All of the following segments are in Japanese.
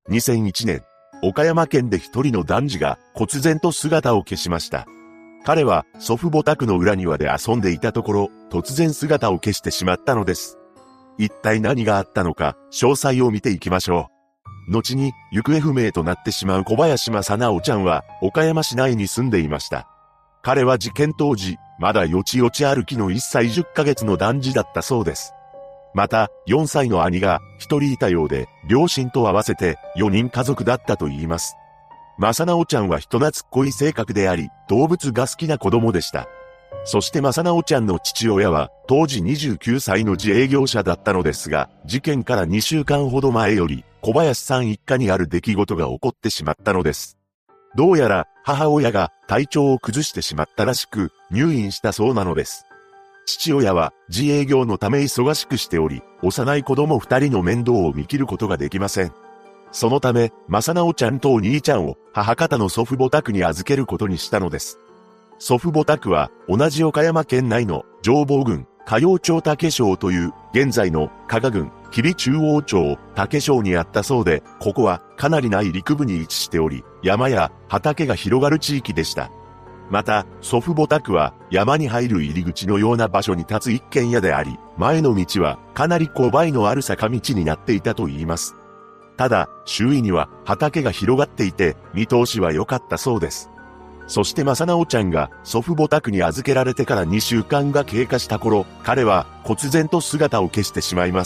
2001年、岡山県で一人の男児が忽然と姿を消しました。彼は祖父母宅の裏庭で遊んでいたところ、突然姿を消してしまったのです。一体何があったのか、詳細を見ていきましょう。後に行方不明となってしまう小林正直ちゃんは岡山市内に住んでいました。彼は事件当時、まだよちよち歩きの1歳10ヶ月の男児だったそうです。また、4歳の兄が一人いたようで、両親と合わせて4人家族だったと言います。正直ちゃんは人懐っこい性格であり、動物が好きな子供でした。そして正直ちゃんの父親は、当時29歳の自営業者だったのですが、事件から2週間ほど前より、小林さん一家にある出来事が起こってしまったのです。どうやら、母親が体調を崩してしまったらしく、入院したそうなのです。父親は自営業のため忙しくしており、幼い子供2人の面倒を見切ることができません。そのため、正直ちゃんとお兄ちゃんを母方の祖父母宅に預けることにしたのです。祖父母宅は同じ岡山県内の上房郡、加陽町武庄という現在の加賀郡、吉備中央町武庄にあったそうで、ここはかなりない陸部に位置しており、山や畑が広がる地域でした。また、祖父母宅は山に入る入り口のような場所に立つ一軒家であり、前の道はかなり勾配のある坂道になっていたと言います。ただ、周囲には畑が広がっていて、見通しは良かったそうです。そして正直ちゃんが祖父母宅に預けられてから2週間が経過した頃、彼は忽然と姿を消してしまいます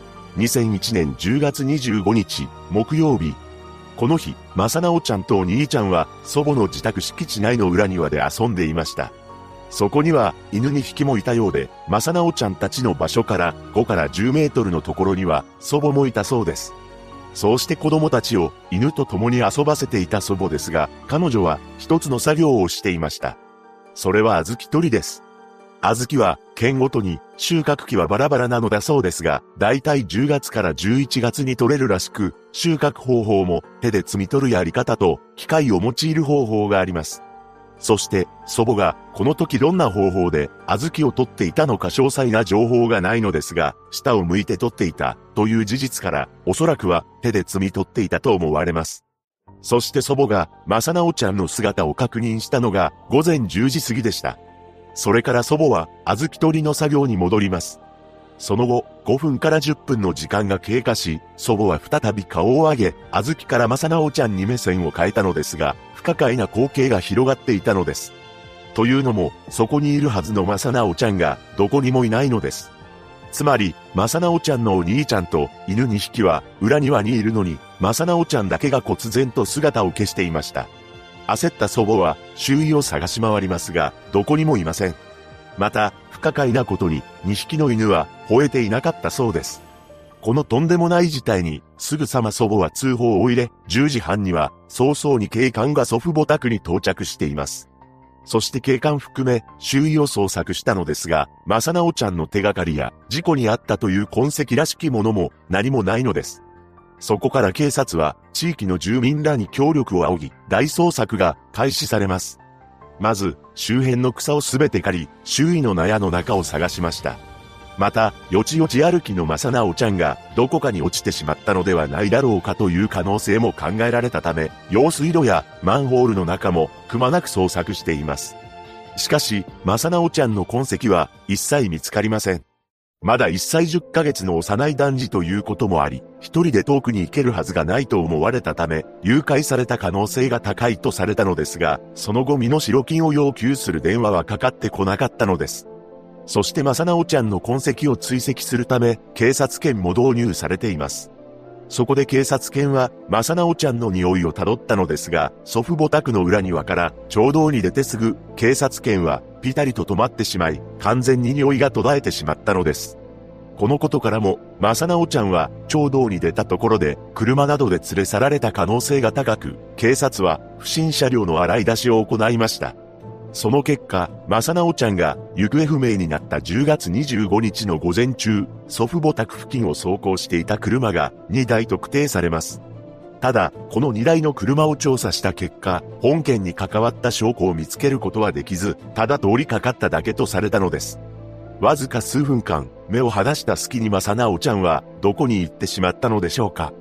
。2001年10月25日、木曜日。この日、正直ちゃんとお兄ちゃんは祖母の自宅敷地内の裏庭で遊んでいました。そこには犬2匹もいたようで、正直ちゃんたちの場所から5から10メートルのところには祖母もいたそうです。そうして子供たちを犬と共に遊ばせていた祖母ですが、彼女は一つの作業をしていました。それは小豆取りです。小豆は県ごとに収穫期はバラバラなのだそうですが、だいたい10月から11月に取れるらしく、収穫方法も手で摘み取るやり方と機械を用いる方法があります。そして祖母がこの時どんな方法で小豆を取っていたのか詳細な情報がないのですが、下を向いて取っていたという事実から、おそらくは手で摘み取っていたと思われます。そして祖母が正直ちゃんの姿を確認したのが午前10時過ぎでした。それから祖母は小豆取りの作業に戻ります。その後、5分から10分の時間が経過し、祖母は再び顔を上げ、小豆から正直ちゃんに目線を変えたのですが、不可解な光景が広がっていたのです。というのも、そこにいるはずの正直ちゃんがどこにもいないのです。つまり、正直ちゃんのお兄ちゃんと犬2匹は裏庭にいるのに、正直ちゃんだけが忽然と姿を消していました。焦った祖母は周囲を探し回りますが、どこにもいません。また、不可解なことに2匹の犬は吠えていなかったそうです。このとんでもない事態に、すぐさま祖母は通報を入れ、10時半には早々に警官が祖父母宅に到着しています。そして警官含め周囲を捜索したのですが、正直ちゃんの手がかりや事故に遭ったという痕跡らしきものも何もないのです。そこから警察は地域の住民らに協力を仰ぎ、大捜索が開始されます。まず、周辺の草をすべて刈り、周囲の納屋の中を探しました。また、よちよち歩きの正直ちゃんがどこかに落ちてしまったのではないだろうかという可能性も考えられたため、用水路やマンホールの中もくまなく捜索しています。しかし、正直ちゃんの痕跡は一切見つかりません。まだ1歳10ヶ月の幼い男児ということもあり、一人で遠くに行けるはずがないと思われたため、誘拐された可能性が高いとされたのですが、その後身代金を要求する電話はかかってこなかったのです。そして正直ちゃんの痕跡を追跡するため、警察犬も導入されています。そこで警察犬は正直ちゃんの匂いをたどったのですが、祖父母宅の裏庭から町道に出てすぐ、警察犬はピタリと止まってしまい、完全に匂いが途絶えてしまったのです。このことからも、正直ちゃんは町道に出たところで車などで連れ去られた可能性が高く、警察は不審車両の洗い出しを行いました。その結果、正直ちゃんが行方不明になった10月25日の午前中、祖父母宅付近を走行していた車が2台特定されます。ただ、この2台の車を調査した結果、本件に関わった証拠を見つけることはできず、ただ通りかかっただけとされたのです。わずか数分間、目を離した隙に正直ちゃんはどこに行ってしまったのでしょうか。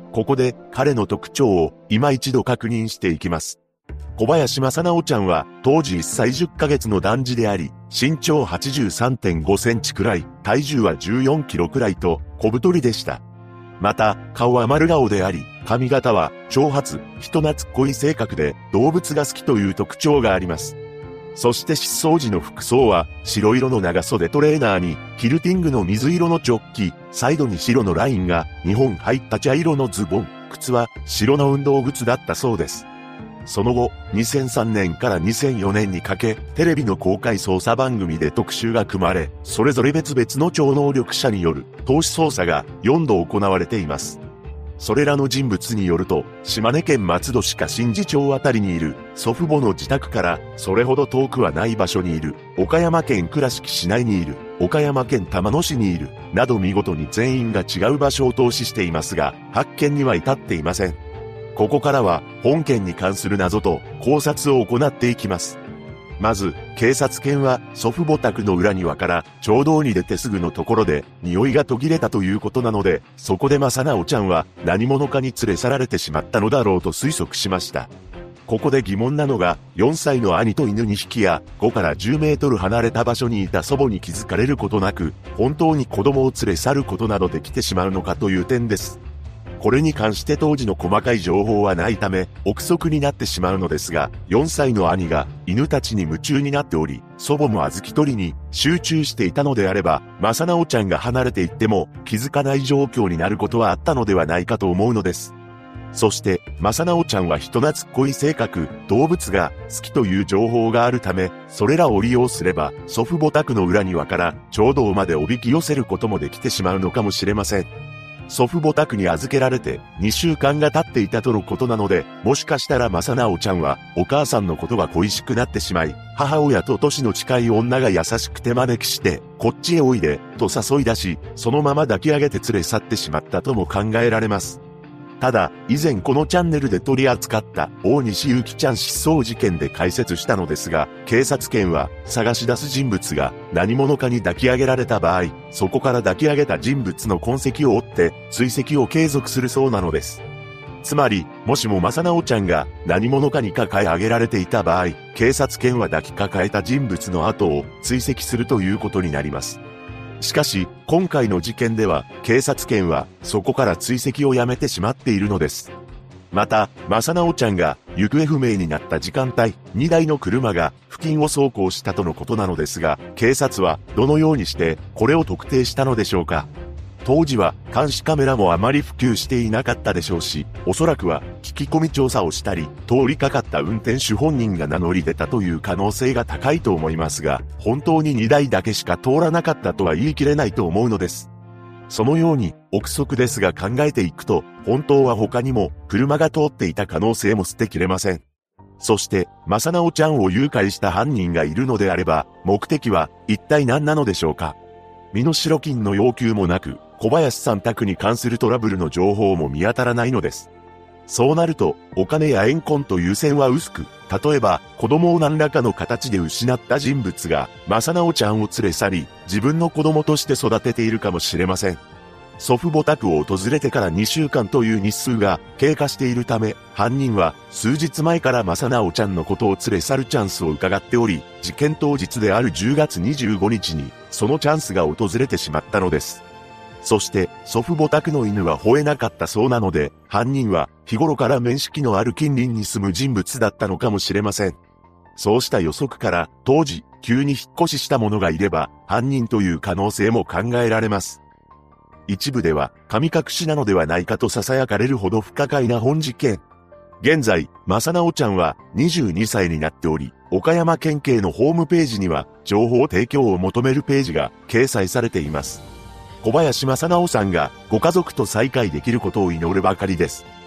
ここで彼の特徴を今一度確認していきます。小林正直ちゃんは当時1歳10ヶ月の男児であり、身長 83.5 センチくらい、体重は14キロくらいと小太りでした。また、顔は丸顔であり、髪型は長髪、人懐っこい性格で動物が好きという特徴があります。そして失踪時の服装は白色の長袖トレーナーにキルティングの水色のチョッキ、サイドに白のラインが2本入った茶色のズボン、靴は白の運動靴だったそうです。その後、2003年から2004年にかけ、テレビの公開捜査番組で特集が組まれ、それぞれ別々の超能力者による投資捜査が4度行われています。それらの人物によると、島根県松戸市か新地町あたりにいる祖父母の自宅からそれほど遠くはない場所にいる、岡山県倉敷市内にいる、岡山県玉野市にいる、など見事に全員が違う場所を投資していますが、発見には至っていません。ここからは本件に関する謎と考察を行っていきます。まず、警察犬は祖父母宅の裏庭から町道に出てすぐのところで匂いが途切れたということなので、そこで正直ちゃんは何者かに連れ去られてしまったのだろうと推測しました。ここで疑問なのが、4歳の兄と犬2匹や5から10メートル離れた場所にいた祖母に気づかれることなく、本当に子供を連れ去ることなどできてしまうのかという点です。これに関して当時の細かい情報はないため、憶測になってしまうのですが、4歳の兄が犬たちに夢中になっており、祖母も小豆取りに集中していたのであれば、正直ちゃんが離れていっても気づかない状況になることはあったのではないかと思うのです。そして、正直ちゃんは人懐っこい性格、動物が好きという情報があるため、それらを利用すれば、祖父母宅の裏庭から町道までおびき寄せることもできてしまうのかもしれません。祖父母宅に預けられて2週間が経っていたとのことなので、もしかしたら正直ちゃんはお母さんのことが恋しくなってしまい、母親と年の近い女が優しくて招きして、こっちへおいで、と誘い出し、そのまま抱き上げて連れ去ってしまったとも考えられます。ただ、以前このチャンネルで取り扱った大西ゆきちゃん失踪事件で解説したのですが、警察犬は探し出す人物が何者かに抱き上げられた場合、そこから抱き上げた人物の痕跡を追って追跡を継続するそうなのです。つまり、もしも正直ちゃんが何者かに抱え上げられていた場合、警察犬は抱きかかえた人物の後を追跡するということになります。しかし、今回の事件では、警察犬は、そこから追跡をやめてしまっているのです。また、正直ちゃんが、行方不明になった時間帯、2台の車が、付近を走行したとのことなのですが、警察は、どのようにして、これを特定したのでしょうか。当時は、監視カメラもあまり普及していなかったでしょうし、おそらくは、聞き込み調査をしたり、通りかかった運転手本人が名乗り出たという可能性が高いと思いますが、本当に2台だけしか通らなかったとは言い切れないと思うのです。そのように、憶測ですが考えていくと、本当は他にも、車が通っていた可能性も捨てきれません。そして、正直ちゃんを誘拐した犯人がいるのであれば、目的は、一体何なのでしょうか。身代金の要求もなく、小林さん宅に関するトラブルの情報も見当たらないのです。そうなると、お金や怨恨という線は薄く、例えば、子供を何らかの形で失った人物が、正直ちゃんを連れ去り、自分の子供として育てているかもしれません。祖父母宅を訪れてから2週間という日数が経過しているため、犯人は数日前から正直ちゃんのことを連れ去るチャンスを伺っており、事件当日である10月25日に、そのチャンスが訪れてしまったのです。そして、祖父母宅の犬は吠えなかったそうなので、犯人は日頃から面識のある近隣に住む人物だったのかもしれません。そうした予測から、当時、急に引っ越しした者がいれば、犯人という可能性も考えられます。一部では、神隠しなのではないかと囁かれるほど不可解な本事件。現在、正直ちゃんは22歳になっており、岡山県警のホームページには、情報提供を求めるページが掲載されています。小林正直さんがご家族と再会できることを祈るばかりです。